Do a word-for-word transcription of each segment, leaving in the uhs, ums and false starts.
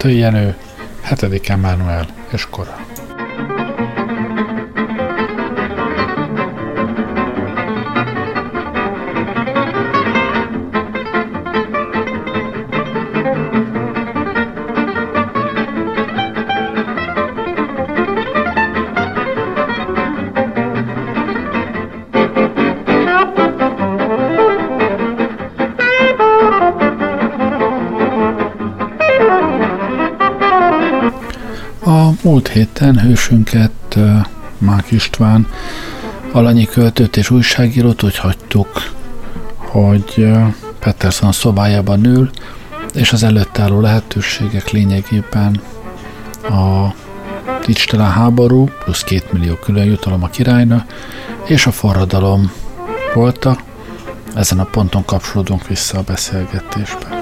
Költői Jenő, hetedik Emánuel és kora. Múlt héten hősünket, Mák István, alanyi költőt és újságírót úgy hagytuk, hogy Peterson szobájában ül, és az előtt álló lehetőségek lényegében a tisztelen háború plusz két millió külön jutalom a királynak, és a forradalom voltak. Ezen a ponton kapcsolódunk vissza a beszélgetésbe.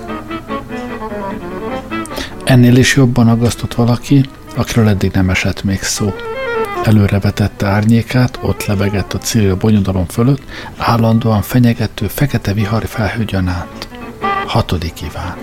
Ennél is jobban aggasztott valaki, akiről eddig nem esett még szó. Előrevetette árnyékát, ott lebegett a civil bonyodalom fölött, állandóan fenyegető, fekete vihari felhő gyanánt. Hatodik Iván.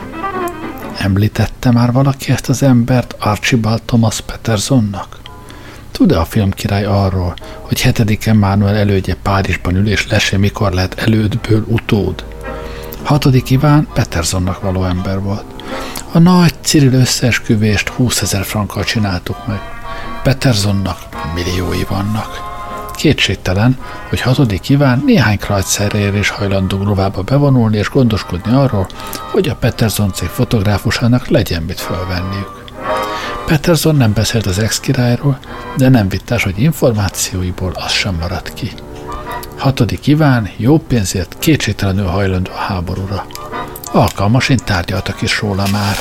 Említette már valaki ezt az embert Archibald Thomas Petersonnak? Tud-e a filmkirály arról, hogy hetedik Emánuel elődje Párizsban ül, és lese mikor lehet elődből utód? Hatodik Iván Petersonnak való ember volt. A nagy Cyril összeesküvést húszezer frankkal csináltuk meg. Petersonnak milliói vannak. Kétségtelen, hogy hatodik Iván néhány krajcszerrel is hajlandó rovába bevonulni és gondoskodni arról, hogy a Peterson cég fotográfusának legyen mit felvenniük. Peterson nem beszélt az ex-királyról, de nem vittás, hogy információiból az sem maradt ki. Hatodik Iván jó pénzért kétségtelenül hajlandó a háborúra. Alkalmasint tárgyaltak is róla már.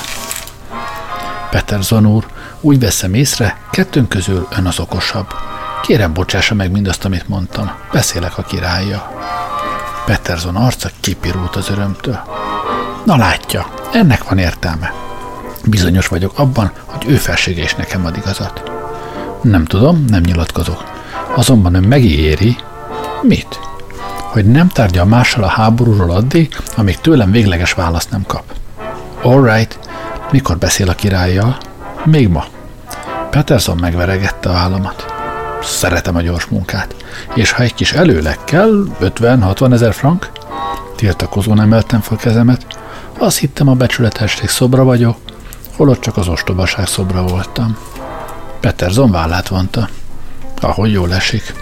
Peterson úr, úgy veszem észre, kettőnk közül ön az okosabb. Kérem, bocsássa meg mindazt, amit mondtam. Beszélek a királlyal. Peterson arca kipirult az örömtől. Na látja, ennek van értelme. Bizonyos vagyok abban, hogy ő felsége is nekem ad igazat. Nem tudom, nem nyilatkozok. Azonban ön megígéri. Mit? Hogy nem tárgyal mással a háborúról addig, amíg tőlem végleges választ nem kap. All right. Mikor beszél a királlyal? Még ma. Peterson megveregette a vállamat. Szeretem a gyors munkát. És ha egy kis előleg kell, ötven-hatvan ezer frank? Tiltakozón emeltem fel kezemet. Azt hittem, a becsületesség szobra vagyok, holott csak az ostobaság szobra voltam. Peterson vállát vonta. Ahogy jól esik.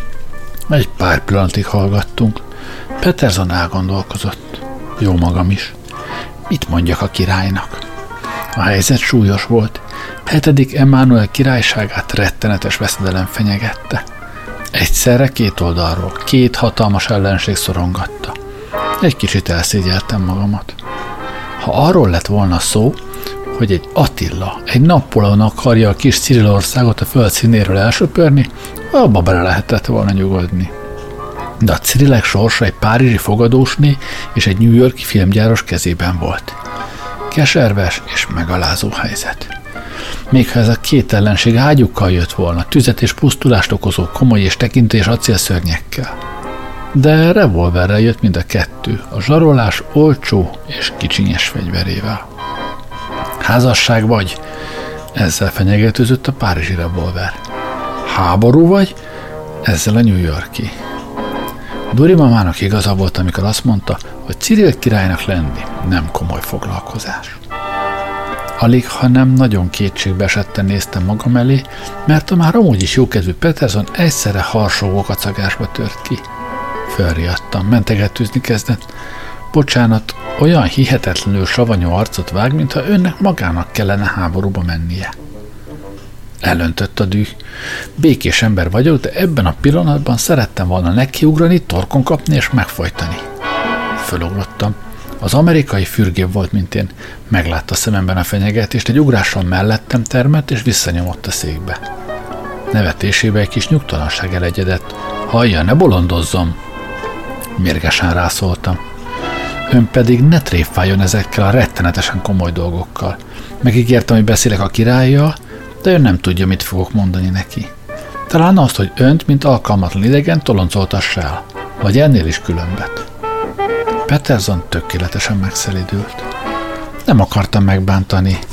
Egy pár pillanatig hallgattunk. Peterson elgondolkozott. Jó magam is. Mit mondjak a királynak? A helyzet súlyos volt. Hetedik Emánuel királyságát rettenetes veszedelem fenyegette. Egyszerre két oldalról, két hatalmas ellenség szorongatta. Egy kicsit elszégyeltem magamat. Ha arról lett volna szó, hogy egy Attila, egy Napóleon akarja a kis Cirilországot a föld színéről elsöpörni, abba bele lehetett volna nyugodni. De a Cirilek sorsa egy párizsi fogadósné és egy New Yorki filmgyáros kezében volt. Keserves és megalázó helyzet. Még ha ez a két ellenség ágyukkal jött volna, tüzet és pusztulást okozó komoly és tekintés acélszörnyekkel. De revolverrel jött mind a kettő, a zsarolás olcsó és kicsinyes fegyverével. Házasság vagy? Ezzel fenyegetőzött a párizsi revolver. Háború vagy? Ezzel a New Yorki. Dori mamának igaza volt, amikor azt mondta, hogy Cyril királynak lenni nem komoly foglalkozás. Alig, ha nem nagyon kétségbe esetten néztem magam elé, mert a már amúgy is jókedvű Peterson egyszerre harsogó kacagásba tört ki. Fölriadtam, mentegetőzni kezdett. Bocsánat, olyan hihetetlenül savanyú arcot vág, mintha önnek magának kellene háborúba mennie. Elöntött a düh. Békés ember vagyok, de ebben a pillanatban szerettem volna nekiugrani, torkon kapni és megfojtani. Fölugrottam. Az amerikai fürgébb volt, mint én. Meglátta szememben a fenyegetést, egy ugrással mellettem termett, és visszanyomott a székbe. Nevetésébe egy kis nyugtalanság elegyedett. Hallja, ne bolondozzom! Mérgesen rászóltam. Ön pedig ne tréfáljon ezekkel a rettenetesen komoly dolgokkal. Megígértem, hogy beszélek a királlyal, de ön nem tudja, mit fogok mondani neki. Talán azt, hogy önt, mint alkalmatlan idegen toloncoltass el, vagy ennél is különbet. Peterson tökéletesen megszelidült. Nem akartam megbántani,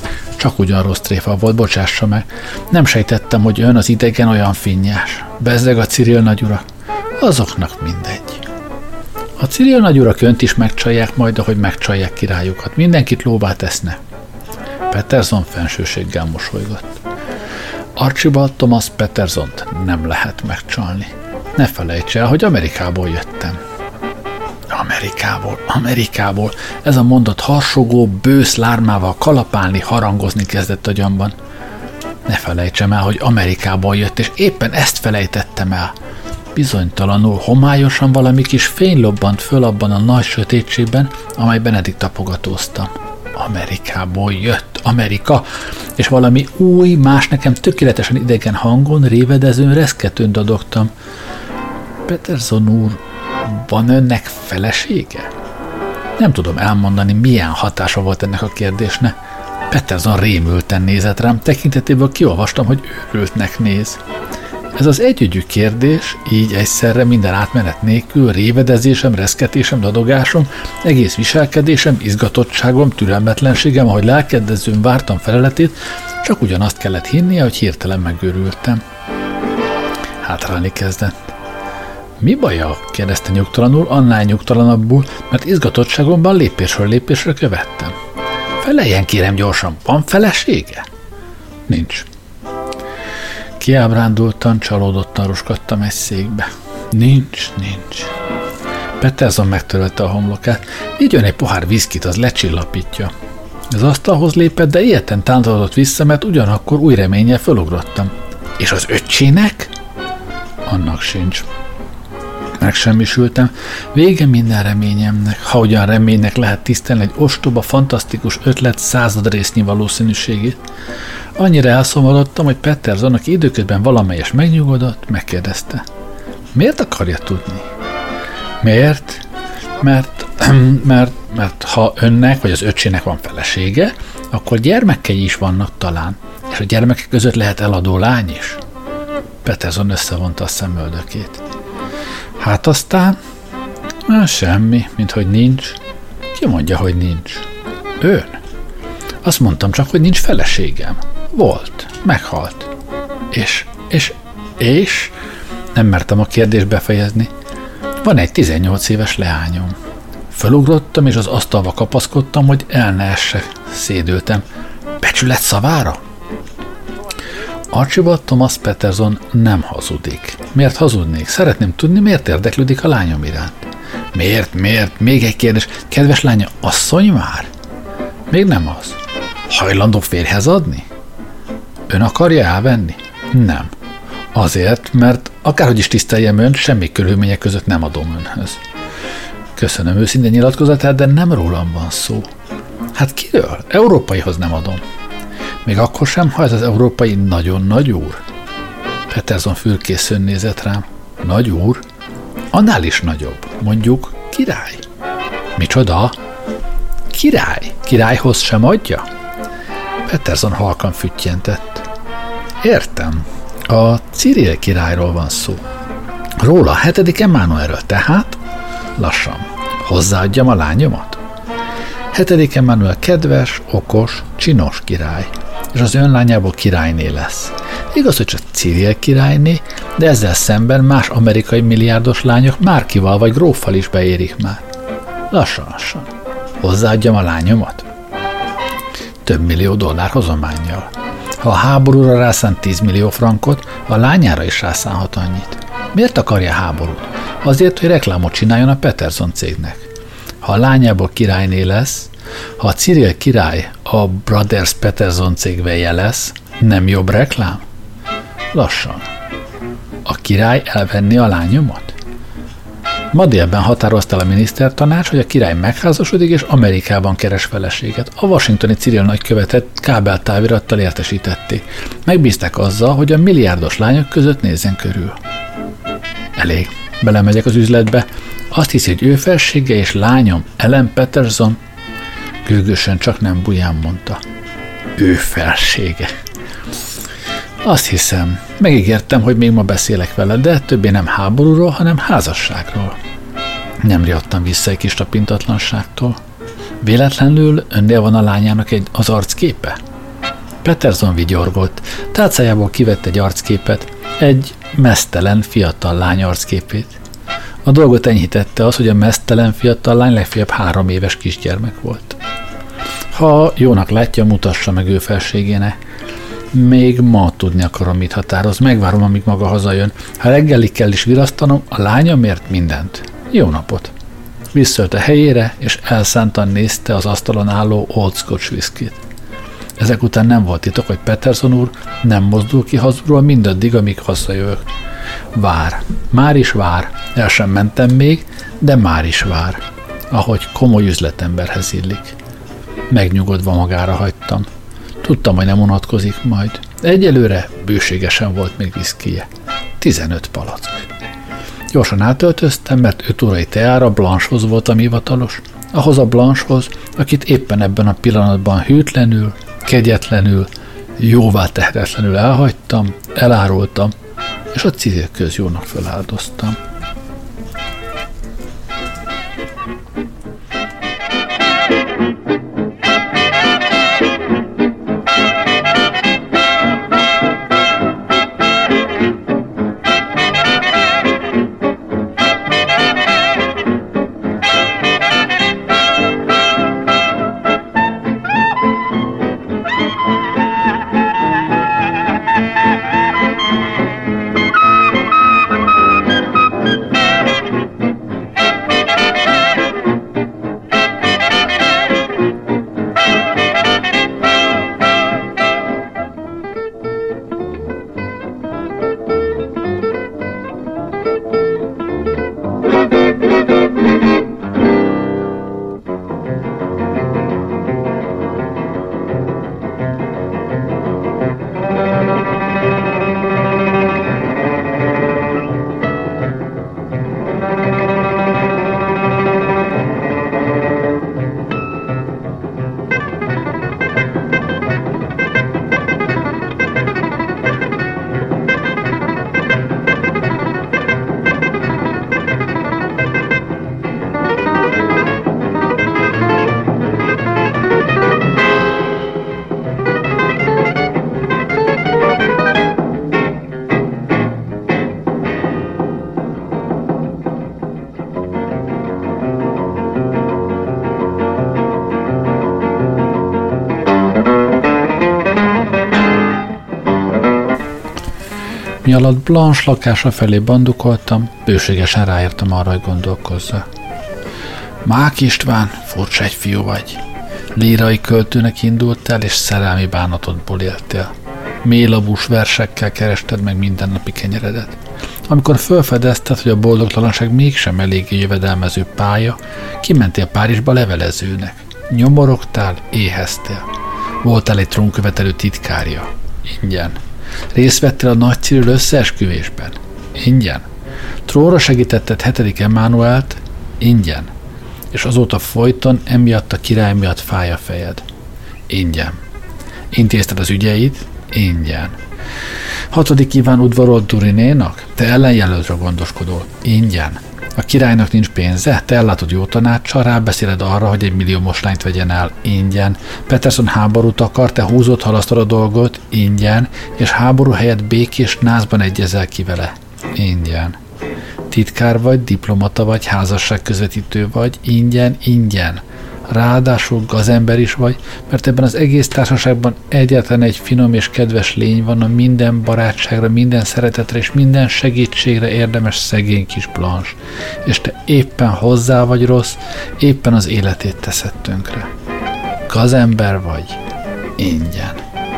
Csak ugyan rossz tréfa volt, bocsássa meg. Nem sejtettem, hogy ön az idegen olyan finnyás. Bezzeg a Cyril nagyura. Azoknak mindegy. A Cyril nagyurak önt is megcsalják majd, ahogy megcsalják királyukat. Mindenkit lóvá teszne. Patterson fensőséggel mosolygott. Archibald Thomas Pattersont nem lehet megcsalni. Ne felejts el, hogy Amerikából jöttem. Amerikából, Amerikából. Ez a mondat harsogó, bősz lármával kalapálni, harangozni kezdett agyamban. Ne felejtsem el, hogy Amerikából jött, és éppen ezt felejtettem el. Bizonytalanul, homályosan valami kis fény lobbant föl abban a nagy sötétségben, amelyben eddig tapogatóztam. Amerikából jött, Amerika, és valami új, más nekem tökéletesen idegen hangon, révedezőn, reszketőn dadogtam. Patterson úr, van önnek felesége? Nem tudom elmondani, milyen hatása volt ennek a kérdésnek. Patterson rémülten nézett rám, tekintetéből kiolvastam, hogy őrültnek néz. Ez az együgyű kérdés, így egyszerre minden átmenet nélkül, révedezésem, reszketésem, dadogásom, egész viselkedésem, izgatottságom, türelmetlenségem, ahogy lelkedezőn vártam feleletét, csak ugyanazt kellett hinnie, hogy hirtelen megőrültem. Hátrálni kezdett. Mi baja? Kérdezte nyugtalanul, annál nyugtalanabbul, mert izgatottságomban lépésről lépésre követtem. Feleljen kérem gyorsan, van felesége? Nincs. Kiábrándultan, csalódottan roskadtam egy székbe. Nincs, nincs. Patterson megtörölte a homlokát. Így jön egy pohár viszkit, az lecsillapítja. Az asztalhoz lépett, de ilyetten táncolodott vissza, mert ugyanakkor új reménnyel fölugrottam. És az öccsének? Annak sincs. Megsemmisültem. Vége minden reményemnek. Ha ugyan reménynek lehet tisztelni egy ostoba, fantasztikus ötlet századrésznyi valószínűségét. Annyira elszomorodtam, hogy Patterson, aki időközben valamelyes megnyugodott, megkérdezte. Miért akarja tudni? Miért? Mert, mert, mert ha önnek vagy az öccsének van felesége, akkor gyermekei is vannak talán, és a gyermekek között lehet eladó lány is. Patterson összevonta a szemöldökét. Hát aztán? Na, semmi, minthogy nincs. Ki mondja, hogy nincs? Ön? Azt mondtam csak, hogy nincs feleségem. Volt. Meghalt. És, és, és? Nem mertem a kérdést befejezni. Van egy tizennyolc éves leányom. Fölugrottam, és az asztalba kapaszkodtam, hogy el ne essek. Szédültem. Becsület szavára? Archibald Thomas Patterson nem hazudik. Miért hazudnék? Szeretném tudni, miért érdeklődik a lányom iránt. Miért, miért? Még egy kérdés. Kedves lánya, asszony már? Még nem az. Hajlandó férjhez adni? Ön akarja elvenni? Nem. Azért, mert akárhogy is tiszteljem önt, semmi körülmények között nem adom önhöz. Köszönöm őszinte nyilatkozatát, de nem rólam van szó. Hát kiről? Európaihoz nem adom. Még akkor sem, ha ez az európai nagyon nagy úr. Patterson fülkészön nézett rám. Nagy úr? Annál is nagyobb. Mondjuk király. Micsoda? Király. Királyhoz sem adja? Patterson halkan füttyentett. Értem. A Cyril királyról van szó. Róla, hetedik Emmanuelről, tehát? Lassan. Hozzáadjam a lányomat? Hetedik Emmanuel kedves, okos, csinos király, és az ön lányából királyné lesz. Igaz, hogy csak Cyril királyné, de ezzel szemben más amerikai milliárdos lányok Márkival vagy gróffal is beérik már. Lassan-lassan. Hozzáadjam a lányomat? Több millió dollár hozománnyal. Ha a háborúra rászán tíz millió frankot, a lányára is rászánhat annyit. Miért akarja háborút? Azért, hogy reklámot csináljon a Patterson cégnek. Ha a lányából királyné lesz, ha a Cyril király a Brothers Patterson cég veje lesz, nem jobb reklám? Lassan. A király elvenni a lányomat? Ma délben határozta a minisztertanács, hogy a király megházasodik és Amerikában keres feleséget. A washingtoni Cyril nagykövetet kábeltávirattal értesítették. Megbízták azzal, hogy a milliárdos lányok között nézzen körül. Elég. Belemegyek az üzletbe. Azt hiszi, hogy ő felsége és lányom, Ellen Patterson, gőgösen, csak nem buján mondta. Ő felsége. Azt hiszem, megígértem, hogy még ma beszélek vele, de többé nem háborúról, hanem házasságról. Nem riadtam vissza egy kis tapintatlanságtól. Véletlenül önnél van a lányának egy, az arcképe? Peterson vigyorgott, tálcájából kivett egy arcképet, egy meztelen fiatal lány arcképét. A dolgot enyhítette az, hogy a meztelen fiatal lány legfeljebb három éves kisgyermek volt. Ha jónak látja, mutassa meg ő felségének. Még ma tudni akarom, mit határoz. Megvárom, amíg maga hazajön. Ha reggelig kell is virasztanom, a lánya mért mindent. Jó napot! Visszölt a helyére, és elszántan nézte az asztalon álló Old Scotch whiskyt. Ezek után nem volt titok, hogy Peterson úr nem mozdul ki hazulról mindaddig, amíg hazajövök. Vár. Már is vár. El sem mentem még, de már is vár. Ahogy komoly üzletemberhez illik. Megnyugodva magára hagytam. Tudtam, hogy nem unatkozik majd. Egyelőre bőségesen volt még viszkije. tizenöt palack. Gyorsan átöltöztem, mert öt órai teára Blanchehoz voltam hivatalos. Ahhoz a Blanchehoz, akit éppen ebben a pillanatban hűtlenül, kegyetlenül, jóvá tehetetlenül elhagytam, elárultam, és a civil közjónak feláldoztam. Mi alatt Blanche lakása felé bandukoltam, bőségesen ráértem arra, hogy gondolkozza. Mák István, furcsa egy fiú vagy. Lírai költőnek indultál, és szerelmi bánatodból éltél. Mélabús versekkel kerested meg mindennapi kenyeredet. Amikor felfedezted, hogy a boldogtalanság mégsem eléggé jövedelmező pálya, kimentél Párizsba levelezőnek. Nyomorogtál, éheztél. Voltál egy trónkövetelő titkárja. Ingyen. Részt vettél a Nagy Cyril összeesküvésben? Ingyen. Trónra segítetted hetedik Emmanuelt? Ingyen. És azóta folyton emiatt a király miatt fáj a fejed? Ingyen. Intézted az ügyeid? Ingyen. Hatodik Iván udvarolt Durinénak? Te ellenjelöltre gondoskodol? Ingyen. A királynak nincs pénze? Te ellátod jó tanácssal, rábeszéled arra, hogy egy milliómos lányt vegyen el? Ingyen. Peterson háborút akar, te húzott halasztod a dolgot? Ingyen. És háború helyett békés nászban egyezel ki vele? Ingyen. Titkár vagy, diplomata vagy, házasságközvetítő vagy? Ingyen, ingyen. Ráadásul gazember is vagy, mert ebben az egész társaságban egyetlen egy finom és kedves lény van, a minden barátságra, minden szeretetre és minden segítségre érdemes szegény kis Blanche. És te éppen hozzá vagy rossz, éppen az életét teszed tönkre. Gazember vagy, ingyen.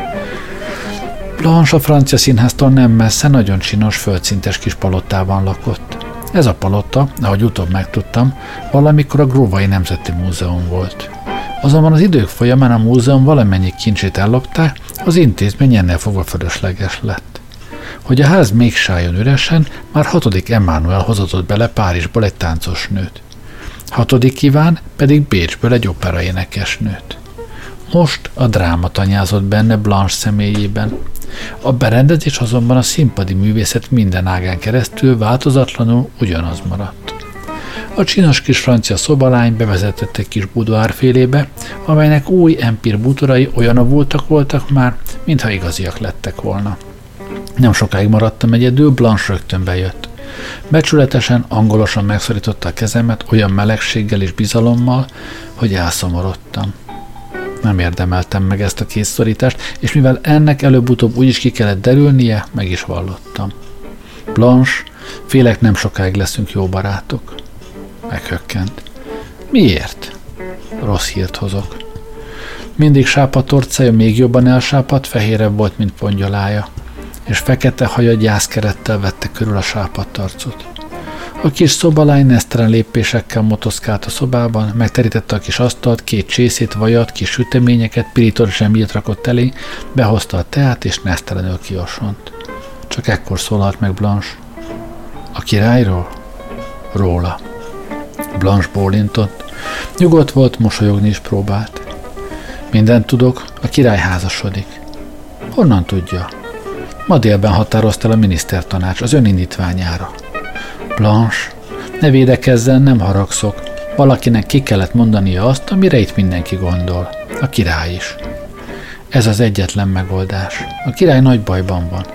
Blanche a francia színháztól nem messze, nagyon csinos, földszintes kis palotában lakott. Ez a palota, ahogy utóbb megtudtam, valamikor a Gróvai Nemzeti Múzeum volt. Azonban az idők folyamán a múzeum valamennyi kincsét ellopták, az intézmény ennél fogva fölösleges lett. Hogy a ház mégse álljon üresen, már hatodik Emmanuel hozatott bele Párizsból egy táncos nőt. Hatodik Iván pedig Bécsből egy operaénekesnőt. Most a dráma tanyázott benne Blanche személyében. A berendezés azonban a színpadi művészet minden ágán keresztül változatlanul ugyanaz maradt. A csinos kis francia szobalány bevezetett egy kis budoárfélébe, amelynek új empír bútorai olyan avultak voltak már, mintha igaziak lettek volna. Nem sokáig maradtam egyedül, Blanche rögtön bejött. Becsületesen, angolosan megszorította a kezemet olyan melegséggel és bizalommal, hogy elszomorodtam. Nem érdemeltem meg ezt a kézszorítást, és mivel ennek előbb-utóbb úgyis ki kellett derülnie, meg is vallottam. Blanche, félek nem sokáig leszünk jó barátok. Meghökkent. Miért? Rossz hírt hozok. Mindig sápadt orcája még jobban elsápadt, fehérebb volt, mint pongyolája, és fekete haja gyászkerettel vette körül a sápadt arcot. A kis szobalány nesztelen lépésekkel motoszkált a szobában, megterítette a kis asztalt, két csészét, vajat, kis süteményeket, pirított zsemiét rakott elé, behozta a teát, és nesztelenül kiosont. Csak ekkor szólalt meg Blanche. A királyról? Róla. Blanche bólintott. Nyugodt volt, mosolyogni is próbált. Mindent tudok, a király házasodik. Honnan tudja? Ma délben határozta el a minisztertanács az ön indítványára. Blanche, ne védekezzen, nem haragszok. Valakinek ki kellett mondania azt, amire itt mindenki gondol. A király is. Ez az egyetlen megoldás. A király nagy bajban van.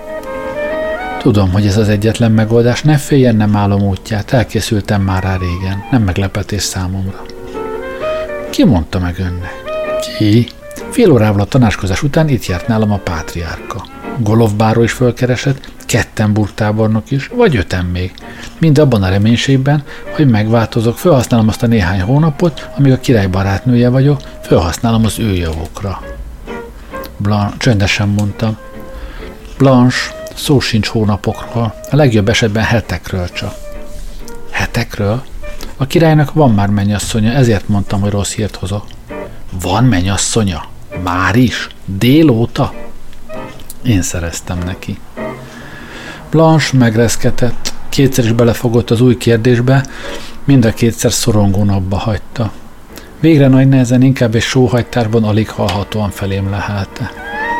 Tudom, hogy ez az egyetlen megoldás, ne féljen, nem állom útját, elkészültem már rá régen, nem meglepetés számomra. Ki mondta meg önnek? Ki? Fél órával a tanácskozás után itt járt nálam a pátriárka. Golov báró is fölkeresett, Kettenburg tábornok is, vagy öten még. Mind abban a reménységben, hogy megváltozok, felhasználom azt a néhány hónapot, amíg a király barátnője vagyok, felhasználom az ő javukra. Blanche, csöndesen mondtam. Blanche, szó sincs hónapokról, a legjobb esetben hetekről csak. Hetekről? A királynak van már mennyasszonya, ezért mondtam, hogy rossz hírt hozok. Van mennyasszonya? Már is? Délóta? Én szereztem neki. Blanche megreszketett, kétszer is belefogott az új kérdésbe, mind a kétszer szorongón abba hagyta. Végre nagy nehezen inkább egy sóhajtásban alig hallhatóan felém lehelte.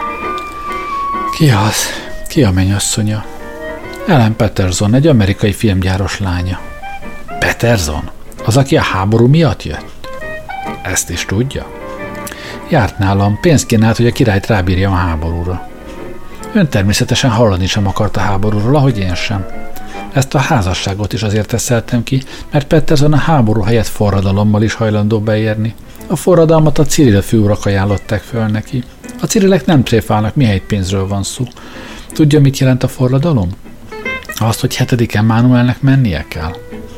Ki az? Ki a mennyasszonya? Ellen Patterson, egy amerikai filmgyáros lánya. Patterson? Az, aki a háború miatt jött? Ezt is tudja? Járt nálam, pénzt kínált, hogy a királyt rábírjam a háborúra. Ön természetesen hallani sem akart a háborúról, ahogy én sem. Ezt a házasságot is azért teszeltem ki, mert Patterson a háború helyett forradalommal is hajlandó beérni. A forradalmat a Cyril főurak ajánlották föl neki. A Cyrilek nem tréfálnak, mihelyt pénzről van szó. Tudja, mit jelent a forradalom? Azt, hogy hetedik Emmanuelnek mennie kell.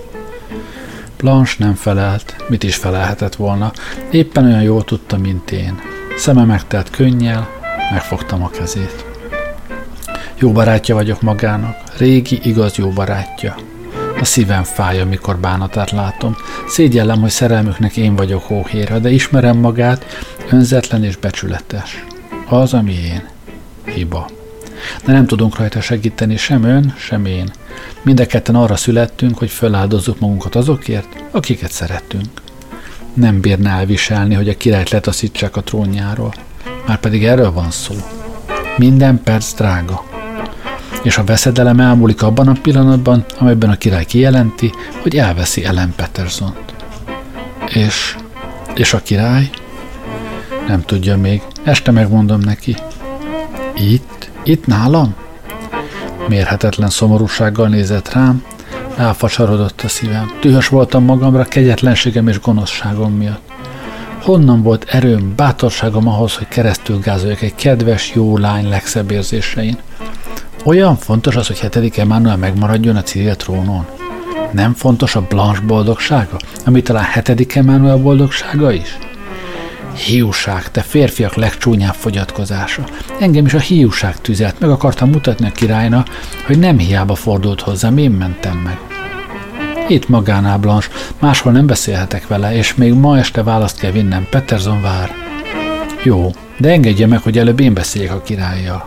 Blanche nem felelt, mit is felelhetett volna. Éppen olyan jól tudta, mint én. Szeme megtelt könnyel, megfogtam a kezét. Jó barátja vagyok magának, régi, igaz jó barátja. A szívem fáj, amikor bánatát látom. Szégyellem, hogy szerelmüknek én vagyok hóhéra, de ismerem magát, önzetlen és becsületes. Az, ami én. Hiba. De nem tudunk rajta segíteni, sem ön, sem én. Mindenketten arra születtünk, hogy föláldozzuk magunkat azokért, akiket szeretünk. Nem bírná elviselni, hogy a királyt letaszítsák a trónjáról. Márpedig erről van szó. Minden perc drága. És a veszedelem elmúlik abban a pillanatban, amelyben a király kijelenti, hogy elveszi Ellen Pattersont. És, és a király? Nem tudja még. Este megmondom neki. Itt? Itt nálam? Mérhetetlen szomorúsággal nézett rám, elfacsarodott a szívem. Dühös voltam magamra kegyetlenségem és gonoszságom miatt. Honnan volt erőm, bátorságom ahhoz, hogy keresztül gázoljak egy kedves, jó lány legszebb érzésein? Olyan fontos az, hogy hetedik Emmanuel megmaradjon a Cyril trónon. Nem fontos a Blanche boldogsága, ami talán hetedik Emmanuel boldogsága is? Hiúság, te férfiak legcsúnyább fogyatkozása. Engem is a hiúság tüzelt, meg akartam mutatni a királynak, hogy nem hiába fordult hozzám, én mentem meg. Itt magánál Blanche, máshol nem beszélhetek vele, és még ma este választ kell vinnem, Patterson vár. Jó, de engedje meg, hogy előbb én beszéljek a királlyal.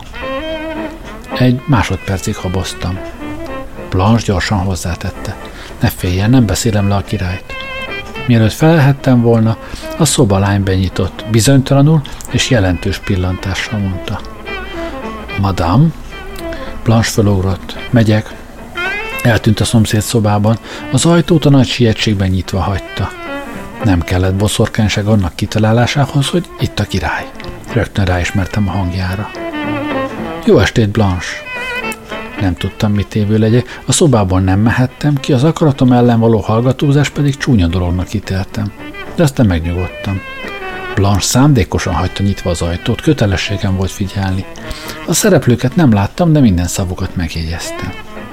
Egy másodpercig haboztam. Blanche gyorsan hozzátette. Ne féljen, nem beszélem le a királyt. Mielőtt felelhettem volna, a szobalány benyitott, bizonytalanul és jelentős pillantással mondta. Madame? Blanche felugrott. Megyek. Eltűnt a szomszéd szobában, az ajtót a nagy sietségben nyitva hagyta. Nem kellett boszorkányság annak kitalálásához, hogy itt a király. Rögtön ráismertem a hangjára. Jó estét, Blanche! Nem tudtam, mit tévő legyek, a szobából nem mehettem ki, az akaratom ellen való hallgatózás pedig csúnya dolognak ítéltem. De aztán megnyugodtam. Blanche szándékosan hagyta nyitva az ajtót, kötelességem volt figyelni. A szereplőket nem láttam, de minden szavukat megjegyeztem.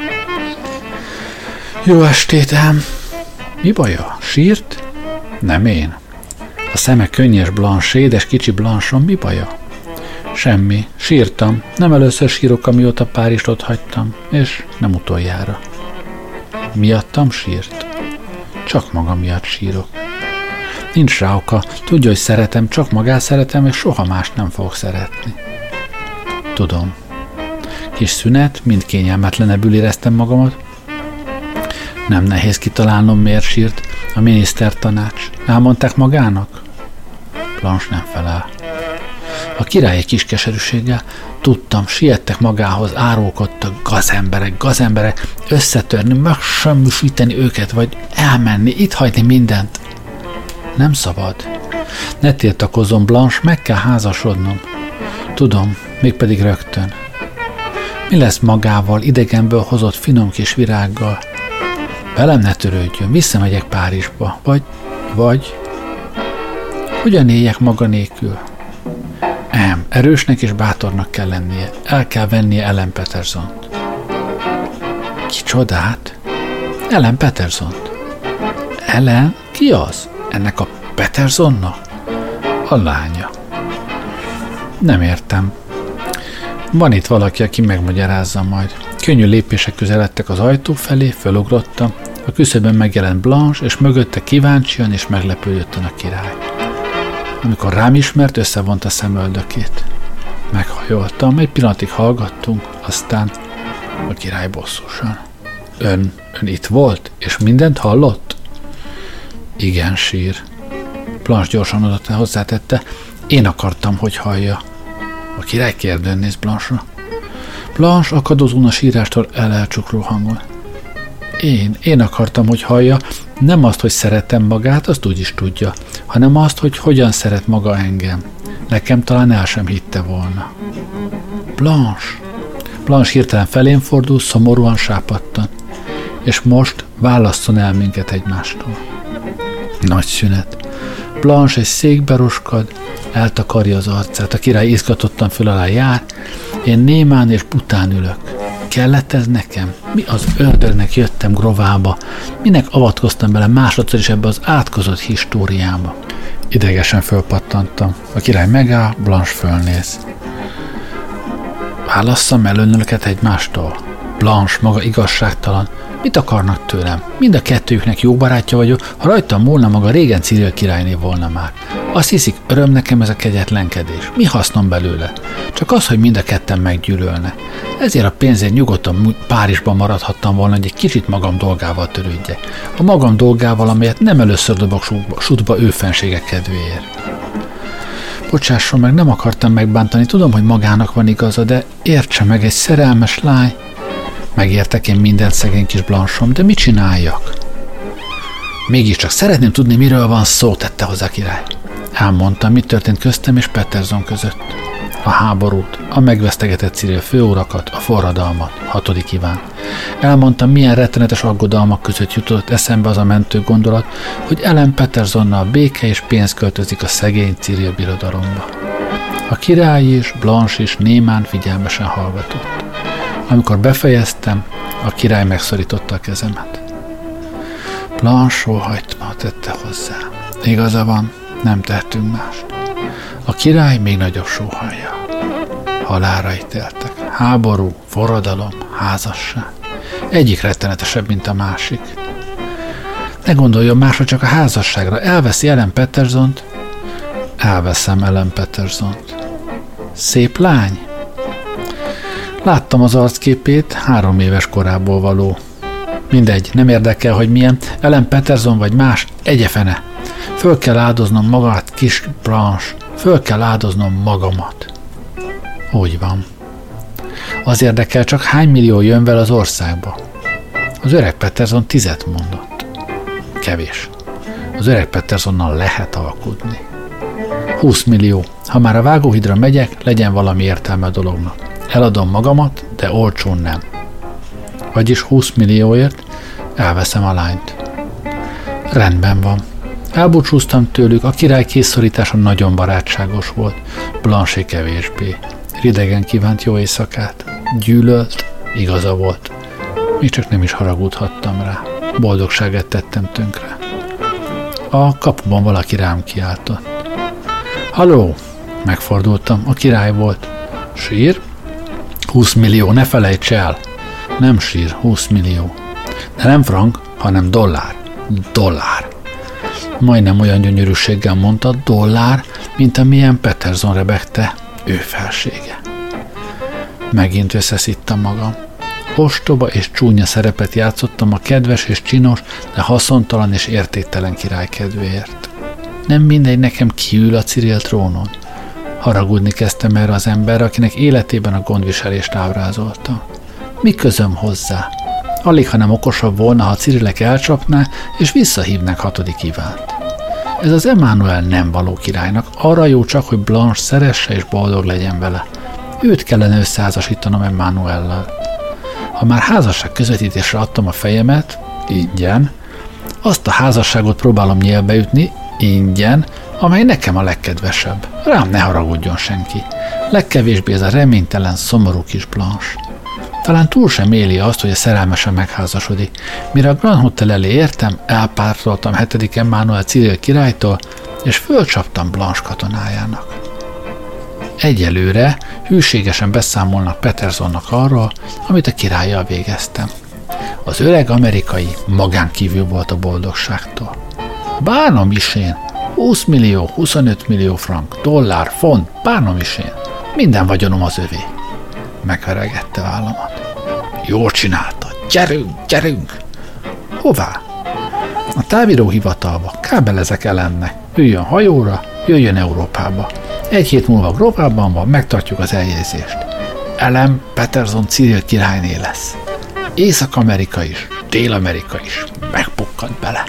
Jó estét, ám! Mi baja? Sírt? Nem én. A szeme könnyes Blanche, édes kicsi Blanche-om, mi baja? Semmi. Sírtam. Nem először sírok, amióta Párizst ott hagytam, és nem utoljára. Miattam sírt? Csak maga miatt sírok. Nincs rá oka. Tudja, hogy szeretem, csak magát szeretem, és soha mást nem fogok szeretni. Tudom. Kis szünet, mind kényelmetlenebbül éreztem magamat. Nem nehéz kitalálnom, miért sírt. A minisztertanács. Elmondták magának? Blanche nem felel. A király egy kis keserűséggel, tudtam, siettek magához, árulkodtak, gazemberek, gazemberek, összetörni, megsemmisíteni őket, vagy elmenni, itt hagyni mindent. Nem szabad. Ne tiltakozzon, Blanche, meg kell házasodnom. Tudom, mégpedig rögtön. Mi lesz magával, idegenből hozott finom kis virággal? Velem ne törődjön, visszamegyek Párizsba, vagy, vagy, hogyan éljek maga nélkül? Ám, erősnek és bátornak kell lennie, el kell vennie Ellen Pattersont. Kicsodát? Ellen Pattersont. Ellen? Ki az? Ennek a Pattersonnak? A lánya. Nem értem. Van itt valaki, aki megmagyarázza majd. Könnyű lépések közeledtek az ajtó felé, fölugrottam. A küszöbön megjelent Blanche, és mögötte kíváncsian és meglepődötten a király. Amikor rám ismert, összevonta szemöldökét. Meghajoltam, egy pillanatig hallgattunk, aztán a király bosszusan. Ön, ön itt volt, és mindent hallott? Igen, sír. Blanche gyorsan adott hozzátette, én akartam, hogy hallja. A király kérdőn néz Blanche-ra. Blanche akadozón a sírástól elelcsukró hangon. Én, én akartam, hogy hallja, nem azt, hogy szeretem magát, azt úgy is tudja, hanem azt, hogy hogyan szeret maga engem. Nekem talán el sem hitte volna. Blanche! Blanche hirtelen felén fordul, szomorúan sápadtan. És most válasszon el minket egymástól. Nagy szünet. Blanche egy székbe roskad, eltakarja az arcát, a király izgatottan föl alá jár, én némán és bután ülök. Kellett ez nekem? Mi az ördögnek jöttem Grovába? Minek avatkoztam bele másodszor is ebbe az átkozott históriába? Idegesen fölpattantam. A király megáll, Blanche fölnéz. Válasszam el önöket egymástól? Blanche maga igazságtalan. Mit akarnak tőlem? Mind a kettőjüknek jó barátja vagyok, ha rajtam múlna, maga régen Cyril királyné volna már. Azt hiszik, öröm nekem ez a kegyetlenkedés. Mi hasznom belőle? Csak az, hogy mind a ketten meggyűlölne. Ezért a pénzért nyugodtan Párizsban maradhattam volna, hogy egy kicsit magam dolgával törődjek. A magam dolgával, amelyet nem először dobok sútba ő fenségek kedvéért. Bocsásson meg, nem akartam megbántani, tudom, hogy magának van igaza, de értse meg, egy szerelmes lány. Megértek én mindent, szegény kis Blanche-om, de mit csináljak? Mégiscsak szeretném tudni, miről van szó, tette hozzá király. Elmondtam, mi történt köztem és Patterson között. A háborút, a megvesztegetett Cyril főurakat, a forradalmat, hatodik Iván. Elmondtam, milyen rettenetes aggodalmak között jutott eszembe az a mentő gondolat, hogy Ellen Pattersonnal béke és pénz költözik a szegény Cyril birodalomba. A király is, Blanche is némán figyelmesen hallgatott. Amikor befejeztem, a király megszorította a kezemet. Blanche sóhajtva tette hozzá. Igaza van, nem tehetünk mást. A király még nagyobb sóhajja. Halálra ítéltek. Háború, forradalom, házasság. Egyik rettenetesebb, mint a másik. Ne gondoljon másra, csak a házasságra. Elveszi Ellen Pattersont. Elveszem Ellen Pattersont. Szép lány. Láttam az arcképét, három éves korából való. Mindegy, nem érdekel, hogy milyen, Ellen Patterson vagy más, egyefene. Föl kell áldoznom magát, kis Blanche, föl kell áldoznom magamat. Úgy van. Az érdekel, csak hány millió jön vele az országba. Az öreg Peterson tizet mondott. Kevés. Az öreg Petersonnal lehet alkudni. húsz millió. Ha már a vágóhídra megyek, legyen valami értelme a dolognak. Eladom magamat, de olcsón nem. Vagyis húsz millióért elveszem a lányt. Rendben van. Elbúcsúztam tőlük, a király készszorítása nagyon barátságos volt, Blanché kevésbé. Ridegen kívánt jó éjszakát. Gyűlölt, igaza volt. Még csak nem is haragudhattam rá. Boldogságát tettem tönkre. A kapuban valaki rám kiáltott. Halló! Megfordultam, a király volt. Sír? húsz millió, ne felejts el! Nem sír, húsz millió. De nem frank, hanem dollár. Dollár. Majdnem olyan gyönyörűséggel mondta dollár, mint amilyen Peterson rebegte, ő felsége. Megint összeszittem magam. Ostoba és csúnya szerepet játszottam a kedves és csinos, de haszontalan és értéktelen király kedvéért. Nem mindegy nekem kiül a Cyril trónon. Haragudni kezdtem erre az emberre, akinek életében a gondviselést ábrázolta. Mi közöm hozzá? Alig, ha nem okosabb volna, ha Cyrilek elcsapná, és visszahívnák hatodik Ivánt. Ez az Emmanuel nem való királynak, arra jó csak, hogy Blanche szeresse és boldog legyen vele. Őt kellene összeházasítanom Emmanuellel. Ha már házasság közvetítésre adtam a fejemet, ingyen, azt a házasságot próbálom nyélbe ütni, ingyen, amely nekem a legkedvesebb. Rám ne haragudjon senki. Legkevésbé ez a reménytelen, szomorú kis Blanche. Talán túl sem éli azt, hogy a szerelmesen megházasodik. Mire a Grand Hotel elé értem, elpártoltam hetedik Emmanuel Cyril királytól, és fölcsaptam Blanche katonájának. Egyelőre hűségesen beszámolnak Petersonnak arról, amit a királlyal végeztem. Az öreg amerikai magánkívül volt a boldogságtól. Bánom is én, húsz millió, huszonöt millió frank, dollár, font, bánom is én. Minden vagyonom az övé. Megveregette vállamat. Jól csinálta, gyerünk, gyerünk! Hová? A távíróhivatalba, kábelezek Ellennek. Üljön hajóra, jöjjön Európába. Egy hét múlva Gróvában van, megtartjuk az eljegyzést. Ellen Peterson Cyril királyné lesz. Észak-Amerika is, Dél-Amerika is megpukkant bele.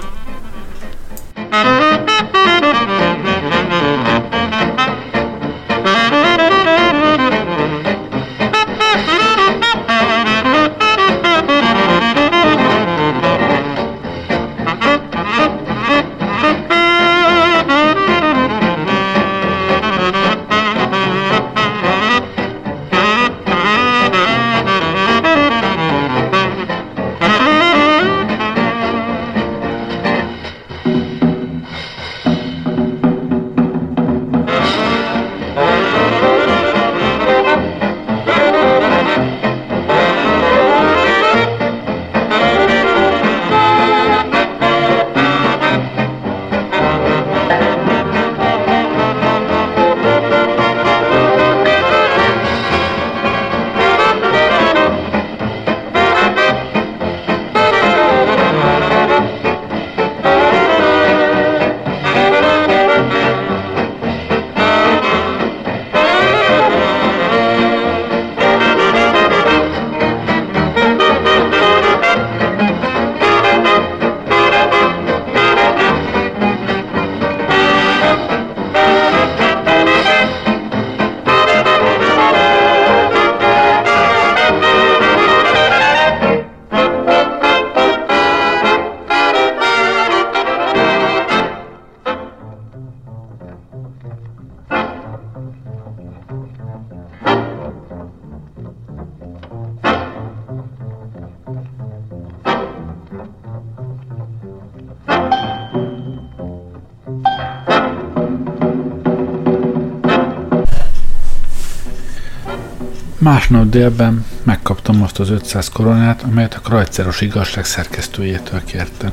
Másnap délben megkaptam azt az ötszáz koronát, amelyet a Krajceros igazság szerkesztőjétől kértem.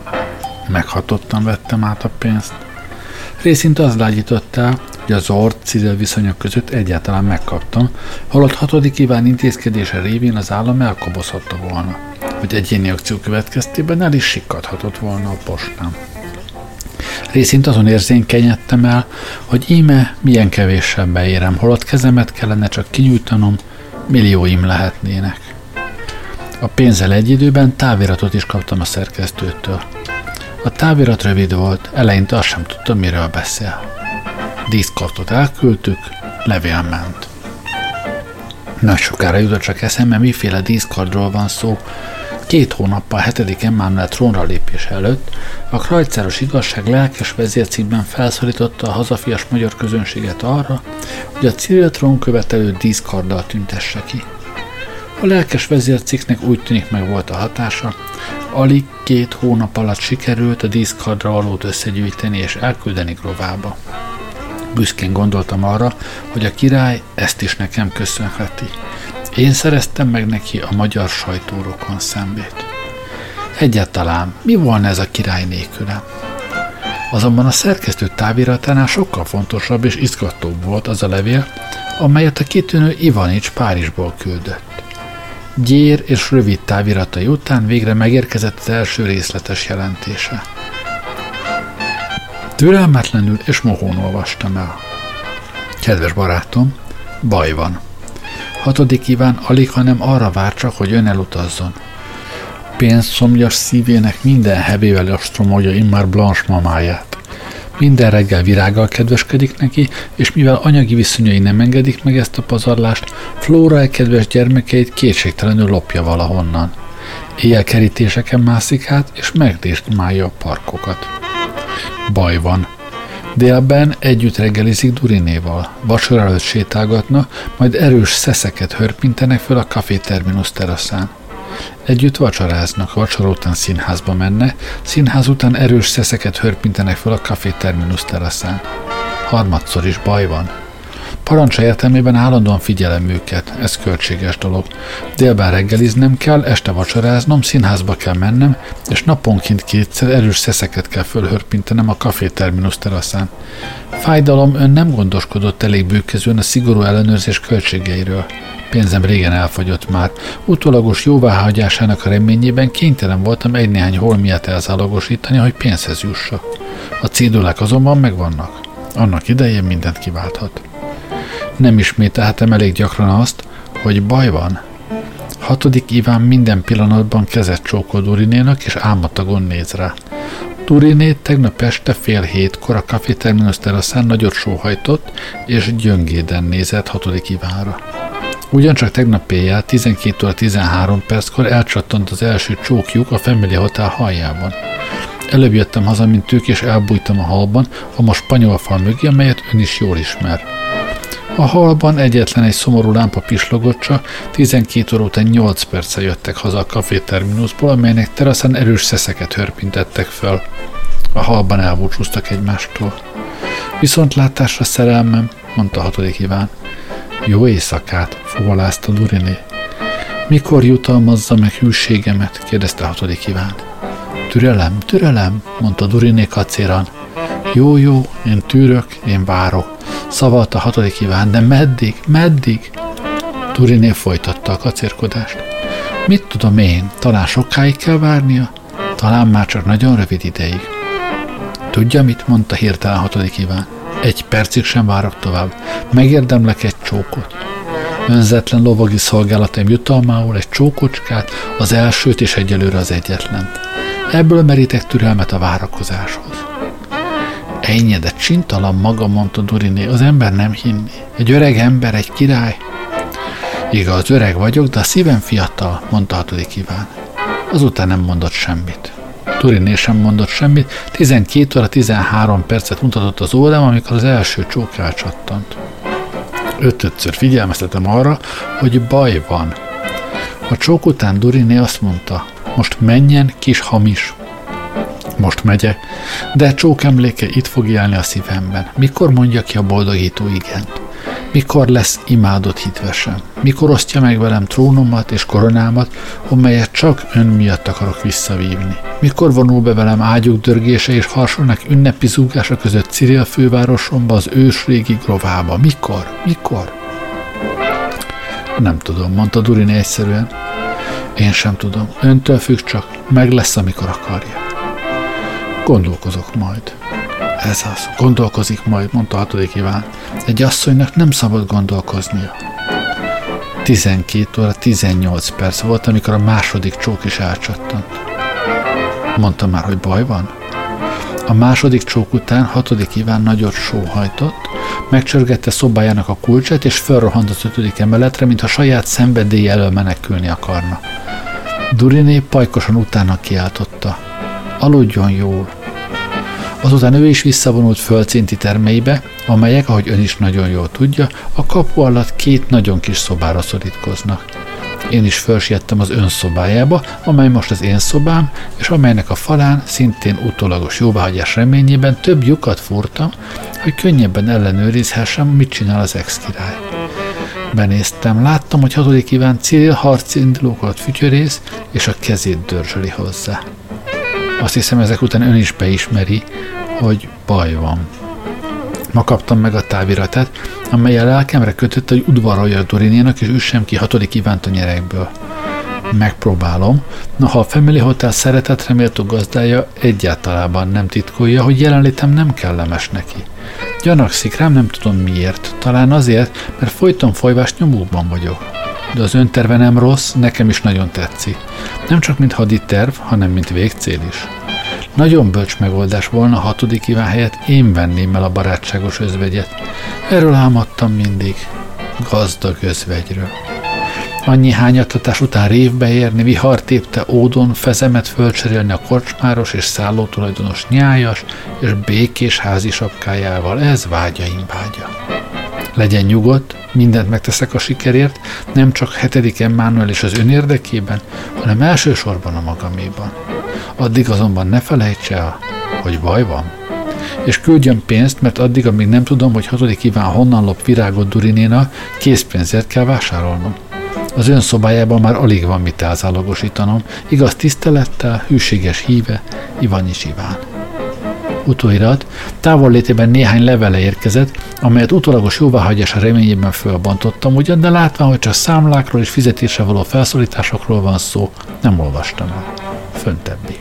Meghatottan vettem át a pénzt. Részint az lágyított el, hogy az Zord-Cyril viszonyok között egyáltalán megkaptam, holott hatodik Iván intézkedése révén az állam elkobozhatta volna, hogy egyéni akció következtében el is sikkadhatott volna a postán. Részint azon érzékenyedtem el, hogy íme milyen kevéssel beérem, holott kezemet kellene csak kinyújtanom, millióim lehetnének. A pénzzel egy időben táviratot is kaptam a szerkesztőtől. A távirat rövid volt, eleinte azt sem tudtam, miről beszél. Díszkartot elküldtük, levél ment. Nagy sokára jutott csak eszembe, miféle díszkardról van szó. Két hónappal a hetedik Emmanuel trónra lépés előtt a krajcáros igazság lelkes vezércikkben felszólította a hazafias magyar közönséget arra, hogy a Cyril trónkövetelő díszkarddal tüntesse ki. A lelkes vezércikknek úgy tűnik meg volt a hatása, alig két hónap alatt sikerült a díszkardra valót összegyűjteni és elküldeni Grovába. Büszkén gondoltam arra, hogy a király ezt is nekem köszönheti. Én szereztem meg neki a magyar sajtórokon szembét. Egyáltalán mi volna ez a király nélkülem? Azonban a szerkesztő táviratánál sokkal fontosabb és izgatóbb volt az a levél, amelyet a kitűnő Ivanics Párizsból küldött. Gyér és rövid táviratai után végre megérkezett az első részletes jelentése. Türelmetlenül és mohón olvastam el. Kedves barátom, baj van. Hatodik Iván alig, hanem arra vár csak, hogy ön elutazzon. Pénzszomjas szívének minden hevével ostromolja immár Blanche mamáját. Minden reggel virággal kedveskedik neki, és mivel anyagi viszonyai nem engedik meg ezt a pazarlást, Flóra egy kedves gyermekeit kétségtelenül lopja valahonnan. Éjjel kerítéseken mászik át, és megdésmálja a parkokat. Baj van. Délben együtt reggelizik Durinéval, vacsora előtt sétálgatna, majd erős szeszeket hörpintenek föl a Café Terminus teraszán. Együtt vacsoráznak, vacsora után színházba menne, színház után erős szeszeket hörpintenek föl a Café Terminus teraszán. Harmadszor is baj van. Parancsa értelmében állandóan figyelem őket, ez költséges dolog. Délben reggeliznem kell, este vacsoráznom, színházba kell mennem, és naponként kétszer erős szeszeket kell fölhörpintenem a Café Terminus teraszán. Fájdalom, ön nem gondoskodott elég bőkezően a szigorú ellenőrzés költségeiről. Pénzem régen elfogyott már. Utólagos jóváhagyásának a reményében kénytelen voltam egy-néhány holmiát elzálogosítani, hogy pénzhez jussak. A cédulák azonban megvannak. Annak idején mindent kiválthat. Nem ismételhetem elég gyakran azt, hogy baj van. Hatodik Iván minden pillanatban kezet csókol Durinénak, és álmatagon néz rá. Duriné tegnap este fél hétkor a Café Terminus teraszán nagyot sóhajtott, és gyöngéden nézett Hatodik Ivánra. Ugyancsak tegnap éjjel tizenkét óra tizenhárom perckor elcsattant az első csókjuk a Family Hotel hajjában. Előbb jöttem haza, mint ők, és elbújtam a hallban, a ma spanyol fal mögé, amelyet ön is jól ismer. A hallban egyetlen egy szomorú lámpa pislogott csak, tizenkét óra után nyolc perccel jöttek haza a Café Terminusból, amelynek teraszán erős szeszeket hörpintettek föl. A hallban elbúcsúztak egymástól. Viszontlátásra szerelmem, mondta Hatodik Iván. Jó éjszakát, fuvolázta Duriné. Mikor jutalmazza meg hűségemet? Kérdezte Hatodik Iván. Türelem, türelem, mondta Duriné kacéran. Jó, jó, én tűrök, én várok, szavalta Hatodik Iván, de meddig, meddig? Duriné folytatta a kacérkodást. Mit tudom én, talán sokáig kell várnia? Talán már csak nagyon rövid ideig. Tudja, mit mondta hirtelen Hatodik Iván? Egy percig sem várok tovább. Megérdemlek egy csókot. Önzetlen lovagi szolgálataim jutalmául egy csókocskát, az elsőt és egyelőre az egyetlen. Ebből merítek türelmet a várakozáshoz. Ennyi, de csintalan maga, mondta Duriné, az ember nem hinni. Egy öreg ember, egy király. Igaz, öreg vagyok, de a szívem fiatal, mondta Hatodik Iván. Azután nem mondott semmit. Duriné sem mondott semmit, tizenkét óra tizenhárom percet mutatott az órám, amikor az első csók elcsattant. Ötödször figyelmeztetem arra, hogy baj van. A csók után Duriné azt mondta, most menjen, kis hamis. Most megyek, de csók emléke itt fog élni a szívemben. Mikor mondja ki a boldogító igent? Mikor lesz imádott hitvesem? Mikor osztja meg velem trónomat és koronámat, amelyet csak ön miatt akarok visszavívni? Mikor vonul be velem ágyuk dörgése és harsonak ünnepi zúgása között Cyril fővárosomba, az ősrégi Grovába? Mikor? Mikor? Nem tudom, mondta Duriné egyszerűen. Én sem tudom. Öntől függ csak, meg lesz, amikor akarja. Gondolkozok majd. Ez az, gondolkozik majd, mondta Hatodik Iván. Egy asszonynak nem szabad gondolkoznia. tizenkét óra tizennyolc perc volt, amikor a második csók is elcsattant. Mondtam már, hogy baj van? A második csók után hatodik Iván nagyot sóhajtott, megcsörgette szobájának a kulcsát, és felrohant az ötödik emeletre, mintha saját szenvedély elől menekülni akarna. Duriné pajkosan utána kiáltotta. Aludjon jól. Azután ő is visszavonult földszinti termeibe, amelyek, ahogy ön is nagyon jól tudja, a kapu alatt két nagyon kis szobára szorítkoznak. Én is fölsiettem az ön szobájába, amely most az én szobám, és amelynek a falán, szintén utólagos jóváhagyás reményében több lyukat fúrtam, hogy könnyebben ellenőrizhessem, mit csinál az ex-király. Benéztem, láttam, hogy hatodik Iván Ciril harcindulókat fütyörész, és a kezét dörzsöli hozzá. Azt hiszem, ezek után ön is beismeri, hogy baj van. Ma kaptam meg a táviratát, amely a lelkemre kötötte, hogy udvaroljak Durinénak, és üssem ki hatodik Ivánt a nyerekből. Megpróbálom, noha a Family Hotel szeretetre méltó gazdája egyáltalában nem titkolja, hogy jelenlétem nem kellemes neki. Gyanakszik rám, nem tudom miért. Talán azért, mert folyton folyvás nyomóban vagyok. De az önterve nem rossz, nekem is nagyon tetszik. Nem csak mint haditerv, hanem mint végcél is. Nagyon bölcs megoldás volna, a hatodik Iván helyett én venném el a barátságos özvegyet. Erről álmodtam mindig. Gazdag özvegyről. Annyi hányattatás után révbe érni, vihar tépte ódon, fezemet fölcserélni a korcsmáros és szállótulajdonos nyájas és békés házi sapkájával. Ez vágyaim vágya. Legyen nyugodt, mindent megteszek a sikerért, nem csak hetedik Emmanuel és az ön érdekében, hanem elsősorban a magaméban. Addig azonban ne felejtse el, hogy baj van. És küldjön pénzt, mert addig, amíg nem tudom, hogy hatodik Iván honnan lop virágot Durinénak, készpénzért kell vásárolnom. Az ön szobájában már alig van mit elzálogosítanom, igaz tisztelettel, hűséges híve, Ivanics Iván. Utóirat, távollétében néhány levele érkezett, amelyet utólagos jóváhagyása reményében fölbontottam ugyan, de látván, hogy csak számlákról és fizetésre való felszólításokról van szó, nem olvastam el. Föntebbi.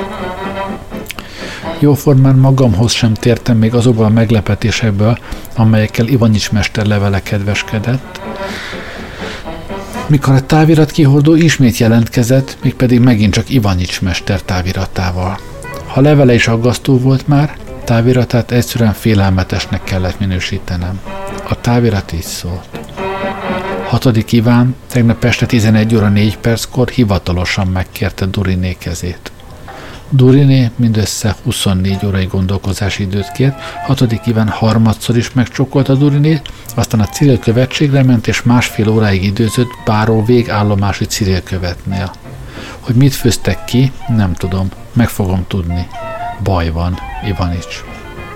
Jóformán magamhoz sem tértem még azokból a meglepetésekből, amelyekkel Ivanics mester levele kedveskedett, mikor a távirat kihordó ismét jelentkezett, mégpedig megint csak Ivanics mester táviratával. Ha levele is aggasztó volt már, táviratát egyszerűen félelmetesnek kellett minősítenem. A távirat így szólt. hatodik Iván tegnap este tizenegy óra négy perckor hivatalosan megkérte Duriné kezét. Duriné mindössze huszonnégy órai gondolkozási időt kért, hatodik Iván harmadszor is megcsókolta Durinét, aztán a Ciril követségre ment, és másfél óráig időzött báró végállomási Ciril követnél. Hogy mit főztek ki, nem tudom, meg fogom tudni. Baj van, Ivanics.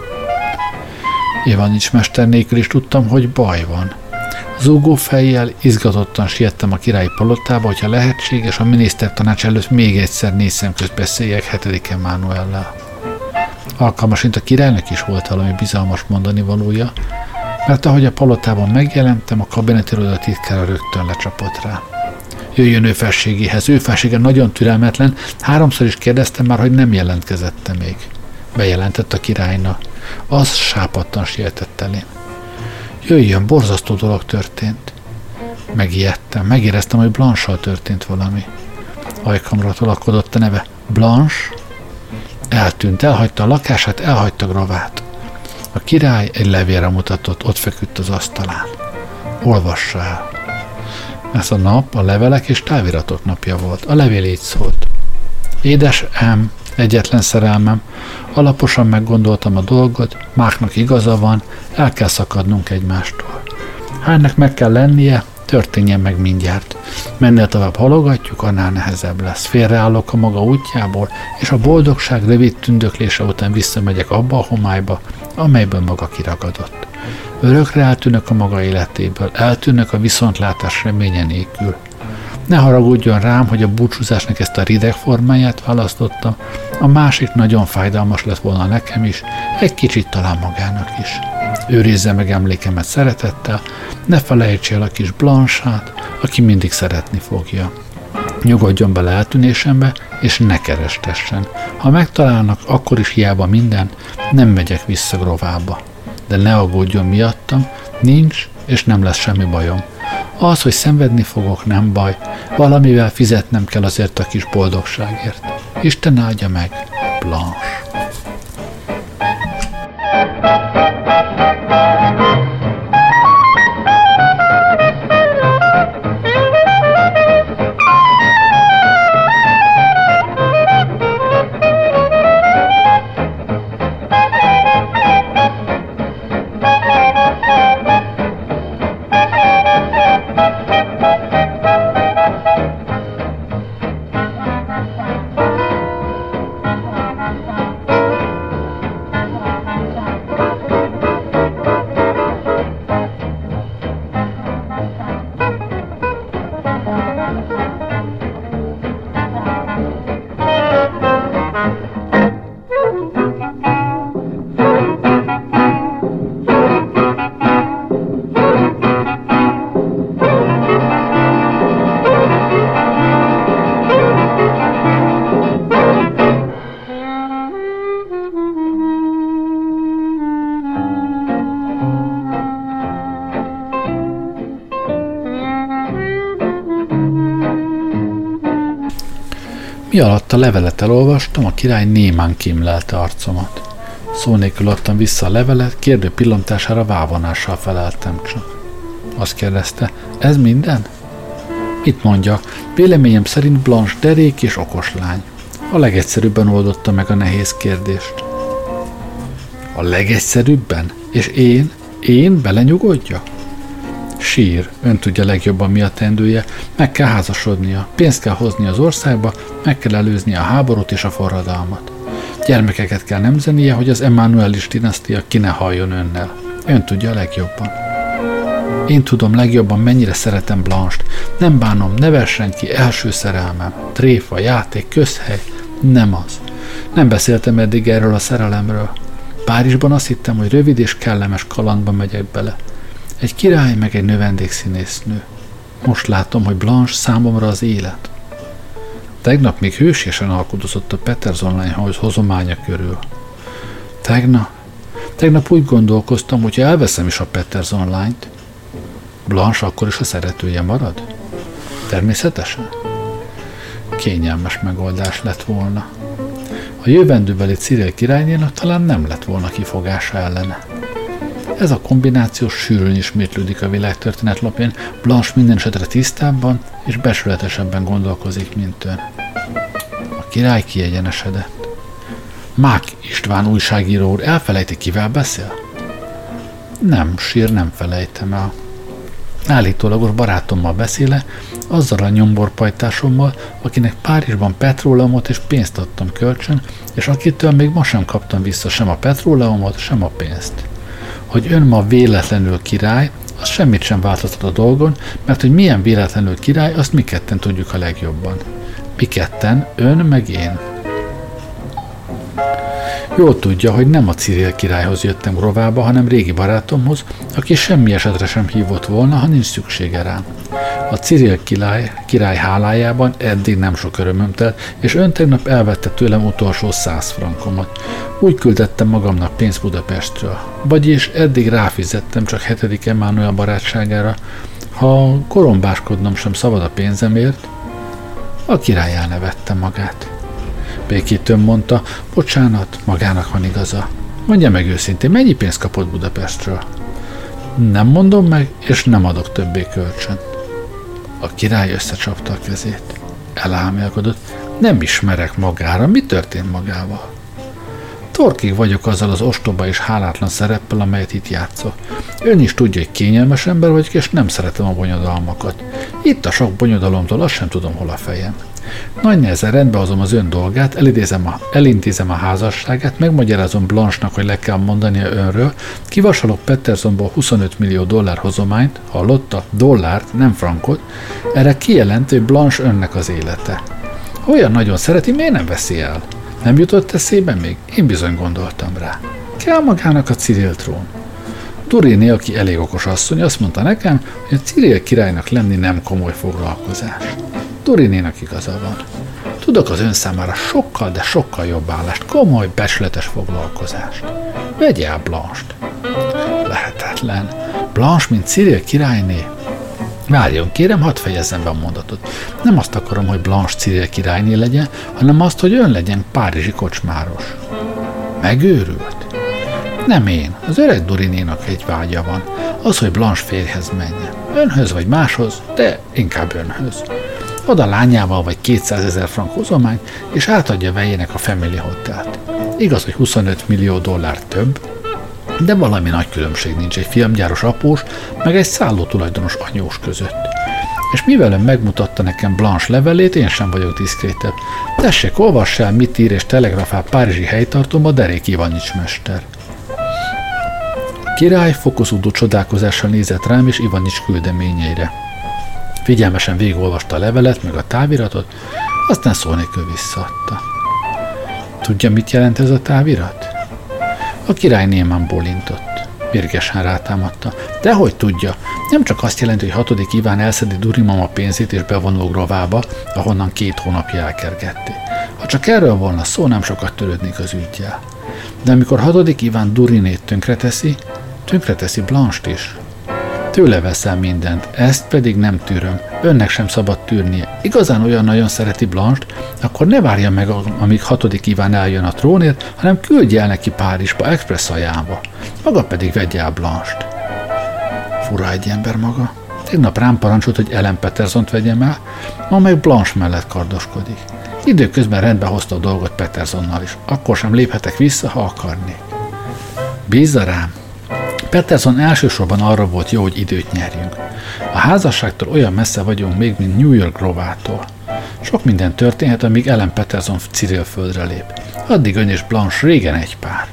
Ivanics mester nélkül is tudtam, hogy baj van. Zúgó fejjel izgatottan siettem a királyi palotába, hogyha lehetséges, a minisztertanács előtt még egyszer négy szemközt beszéljek hetedik Emmanuellel. Alkalmasint a királynak is volt valami bizalmas mondani valója, mert ahogy a palotában megjelentem, a kabinetiroda titkára rögtön lecsapott rá. Jöjjön ő felségéhez, ő felsége nagyon türelmetlen, háromszor is kérdeztem már, hogy nem jelentkezette még. Bejelentett a királynak. Az sápadtan sietett elém. Jöjjön, borzasztó dolog történt. Megijedtem, megéreztem, hogy Blanche-sal történt valami. Ajkamra tolakodott a neve. Blanche? Eltűnt, elhagyta a lakását, elhagyta Gravát. A király egy levélre mutatott, ott feküdt az asztalán. Olvassa el. Ez a nap a levelek és táviratok napja volt. A levél így szólt. Édes M, egyetlen szerelmem, alaposan meggondoltam a dolgot, Máknak igaza van, el kell szakadnunk egymástól. Ha ennek meg kell lennie, történjen meg mindjárt. Mennél tovább halogatjuk, annál nehezebb lesz. Félreállok a maga útjából, és a boldogság rövid tündöklése után visszamegyek abba a homályba, amelyből maga kiragadott. Örökre eltűnök a maga életéből, eltűnök a viszontlátás reménye nélkül. Ne haragudjon rám, hogy a búcsúzásnak ezt a rideg formáját választottam, a másik nagyon fájdalmas lett volna nekem is, egy kicsit talán magának is. Őrizze meg emlékemet szeretettel, ne felejtse el a kis Blanche-át, aki mindig szeretni fogja. Nyugodjon bele eltűnésembe, és ne kerestessen. Ha megtalálnak, akkor is hiába minden, nem megyek vissza Grovába. De ne aggódjon miattam, nincs és nem lesz semmi bajom. Az, hogy szenvedni fogok, nem baj. Valamivel fizetnem kell azért a kis boldogságért. Isten áldja meg, Blanche. Mi alatt a levelet elolvastam, a király némán kímlelte arcomat. Szó nélkül adtam vissza a levelet, kérdő pillantására vávonással feleltem csak. Azt kérdezte, ez minden? Mit mondjak? Véleményem szerint Blanche derék és okos lány. A legegyszerűbben oldotta meg a nehéz kérdést. A legegyszerűbben? És én? Én belenyugodja? Sír, ön tudja legjobban, mi a teendője, meg kell házasodnia, pénzt kell hozni az országba, meg kell előzni a háborút és a forradalmat. Gyermekeket kell nemzenie, hogy az Emmanuelis dinasztia ki ne halljon önnel. Ön tudja a legjobban. Én tudom legjobban, mennyire szeretem Blanche-t. Nem bánom, ne vessen ki, első szerelmem. Tréfa, játék, közhely. Nem az. Nem beszéltem eddig erről a szerelemről. Párizsban azt hittem, hogy rövid és kellemes kalandba megyek bele. Egy király meg egy növendékszínésznő. Most látom, hogy Blanche számomra az élet. Tegnap még hősiesen alkudozott a Patterson lányhoz hozománya körül. Tegnap? Tegnap úgy gondolkoztam, hogy elveszem is a Patterson lányt. Blanche akkor is a szeretője marad? Természetesen. Kényelmes megoldás lett volna. A jövendőbeli Cyril királynénak talán nem lett volna kifogása ellene. Ez a kombináció sűrűn ismétlődik a világtörténet lapján, Blanche minden esetre tisztábban és becsületesebben gondolkozik, mint ön. A király kiegyenesedett. Mák István újságíró úr elfelejti, kivel beszél? Nem, sír, nem felejtem el. Állítólagos barátommal beszéle, azzal a nyomborpajtásommal, akinek Párizsban petróleumot és pénzt adtam kölcsön, és akitől még ma sem kaptam vissza sem a petróleumot, sem a pénzt. Hogy ön ma véletlenül király, az semmit sem változtat a dolgon, mert hogy milyen véletlenül király, azt mi ketten tudjuk a legjobban. Mi ketten, ön meg én. Jól tudja, hogy nem a Cyril királyhoz jöttem rovába, hanem régi barátomhoz, aki semmi esetre sem hívott volna, ha nincs szüksége rám. A Cyril király, király hálájában eddig nem sok örömöm telt, és ön tegnap elvette tőlem utolsó száz frankomat. Úgy küldettem magamnak pénzt Budapestről. Vagyis eddig ráfizettem csak hetedik Emmanuel barátságára. Ha korombáskodnom sem szabad a pénzemért, a király elnevette magát. Békítőn mondta, bocsánat, magának van igaza. Mondja meg őszintén, mennyi pénzt kapott Budapestről? Nem mondom meg, és nem adok többé kölcsön. A király összecsapta a kezét. Elámélkodott. Nem ismerek magára, mi történt magával? Torkig vagyok azzal az ostoba és hálátlan szereppel, amelyet itt játszok. Ön is tudja, hogy kényelmes ember vagyok, és nem szeretem a bonyodalmakat. Itt a sok bonyodalomtól azt sem tudom, hol a fejem. Nagy nehezen rendbe hozom az ön dolgát, elintézem a, elintézem a házasságát, megmagyarázom Blanche-nak, hogy le kell mondania önről, kivasalok Pattersonból huszonöt millió dollár hozományt, hallotta, dollárt, nem frankot, erre kijelenti, hogy Blanche önnek az élete. Ha olyan nagyon szereti, miért nem veszi el? Nem jutott eszébe még? Én bizony gondoltam rá. Kell magának a Cyril trón. Turini, aki elég okos asszony, azt mondta nekem, hogy a Cyril királynak lenni nem komoly foglalkozás. Turininak igaza van. Tudok az ön számára sokkal, de sokkal jobb állást, komoly, becsületes foglalkozást. Vegye el Blanche-t. Lehetetlen. Blanche, mint Cyril királyné? Várjon, kérem, hadd fejezzem be a mondatot. Nem azt akarom, hogy Blanche Cyril királyné legyen, hanem azt, hogy ön legyen párizsi kocsmáros. Megőrült? Nem én, az öreg Dorinénak egy vágya van, az, hogy Blanche férjhez menjen. Önhöz vagy máshoz, de inkább önhöz. Ad a lányával vagy kétszázezer frank hozomány, és átadja vejének a Family Hotelt. Igaz, hogy huszonöt millió dollár több, de valami nagy különbség nincs egy filmgyáros após, meg egy szálló tulajdonos anyós között. És mivel ön megmutatta nekem Blanche levelét, én sem vagyok diszkrétebb. Tessék, olvass el, mit ír és telegrafál párizsi helytartóba Derék Ivanics mester. A király fokozódó csodálkozással nézett rám és Ivanics küldeményeire. Figyelmesen végigolvasta a levelet, meg a táviratot, aztán szó nélkül visszaadta. Tudja, mit jelent ez a távirat? A király némán bólintott. Mérgesen rátámadta. Dehogy tudja, nem csak azt jelenti, hogy hatodik Iván elszedi Durimama pénzét és bevonul Grovába, ahonnan két hónapja elkergették. Ha csak erről volna szó, nem sokat törődnék az üggyel. De amikor hatodik Iván Durinét tönkreteszi, tönkreteszi Blanche-t is. Tőle veszel mindent, ezt pedig nem tűröm, önnek sem szabad tűrnie. Igazán olyan nagyon szereti Blanche-t, akkor ne várja meg, amíg hatodik Iván eljön a trónért, hanem küldje el neki Párizsba, express ajánlva. Maga pedig vegye el Blanche-t. Fura egy ember maga. Tegnap rám parancsolt, hogy Ellen Petersont vegyem el, ma meg Blanche mellett kardoskodik. Időközben rendbe hozta a dolgot Petersonnal is. Akkor sem léphetek vissza, ha akarnék. Bízza rám! Peterson elsősorban arra volt jó, hogy időt nyerjünk. A házasságtól olyan messze vagyunk még, mint New York Grovától. Sok minden történhet, amíg Ellen Peterson Cyril földre lép. Addig ön és Blanche régen egy pár.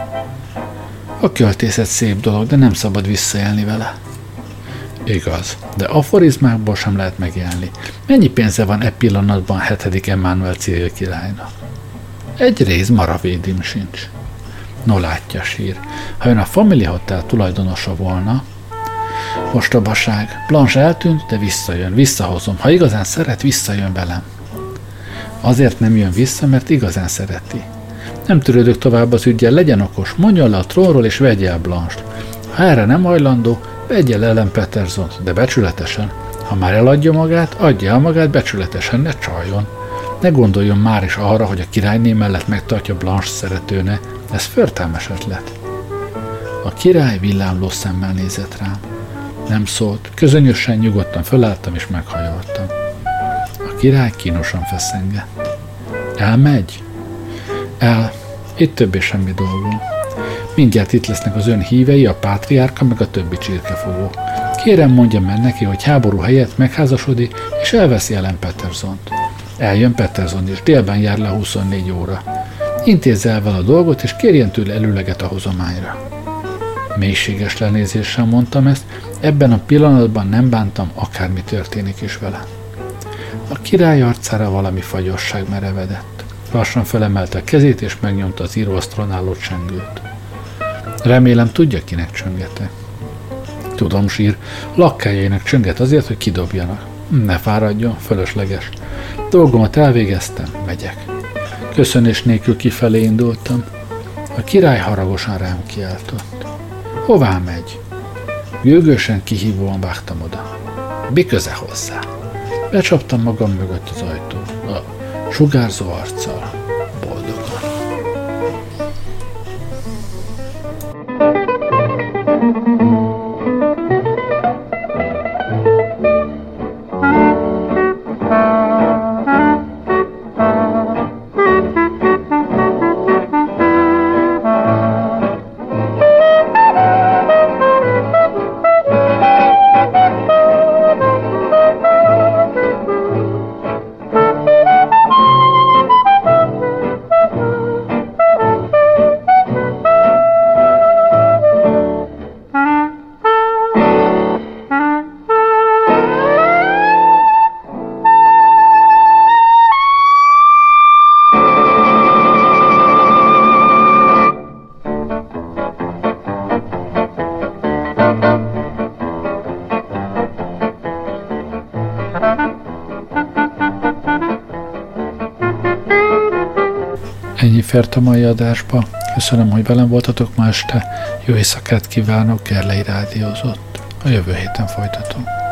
A költészet szép dolog, de nem szabad visszaélni vele. Igaz, de aforizmákból sem lehet megélni. Mennyi pénze van e pillanatban hetedik Emmanuel Cyril királynak? Egy rész maravédim sincs. No látja, sír. Ha ön a Family Hotel tulajdonosa volna, ostobaság. Blanche eltűnt, de visszajön, visszahozom. Ha igazán szeret, visszajön velem. Azért nem jön vissza, mert igazán szereti. Nem törődök tovább az üggyel, legyen okos, mondjon le a trónról és vegye el Blanche-t. Ha erre nem hajlandó, vegye el Ellen Petersont, de becsületesen. Ha már eladja magát, adja el magát becsületesen, ne csaljon. Ne gondoljon már is arra, hogy a királyné mellett megtartja Blanche szeretőne. Ez förtelmes ötlet. A király villámló szemmel nézett rám. Nem szólt, közönösen nyugodtan fölálltam és meghajoltam. A király kínosan feszengett. Elmegy? El. Itt többé semmi dolgom. Mindjárt itt lesznek az ön hívei, a pátriárka, meg a többi csirkefogó. Kérem, mondjam meg neki, hogy háború helyett megházasodik, és elveszi Ellen Petersont. Eljön Peterson, és délben jár le huszonnégy óra. Intézze el vele a dolgot, és kérjen tőle előleget a hozományra. Mélységes lenézéssel mondtam ezt, ebben a pillanatban nem bántam, akármi történik is vele. A király arcára valami fagyosság merevedett. Lassan felemelte a kezét, és megnyomta az íróasztalon álló csengőt. Remélem, tudja, kinek csöngetek. Tudom, sír, lakkájainak csönget azért, hogy kidobjanak. Ne fáradjon, fölösleges. Dolgomat elvégeztem, megyek. Köszönés nélkül kifelé indultam. A király haragosan rám kiáltott. Hová megy? Gőgösen kihívóan vágtam oda. Mi köze hozzá? Becsaptam magam mögött az ajtó. A sugárzó arccal. Boldogan. Ennyi fért a mai adásba. Köszönöm, hogy velem voltatok ma este. Jó éjszakát kívánok, Gerlei rádiózott. A jövő héten folytatom.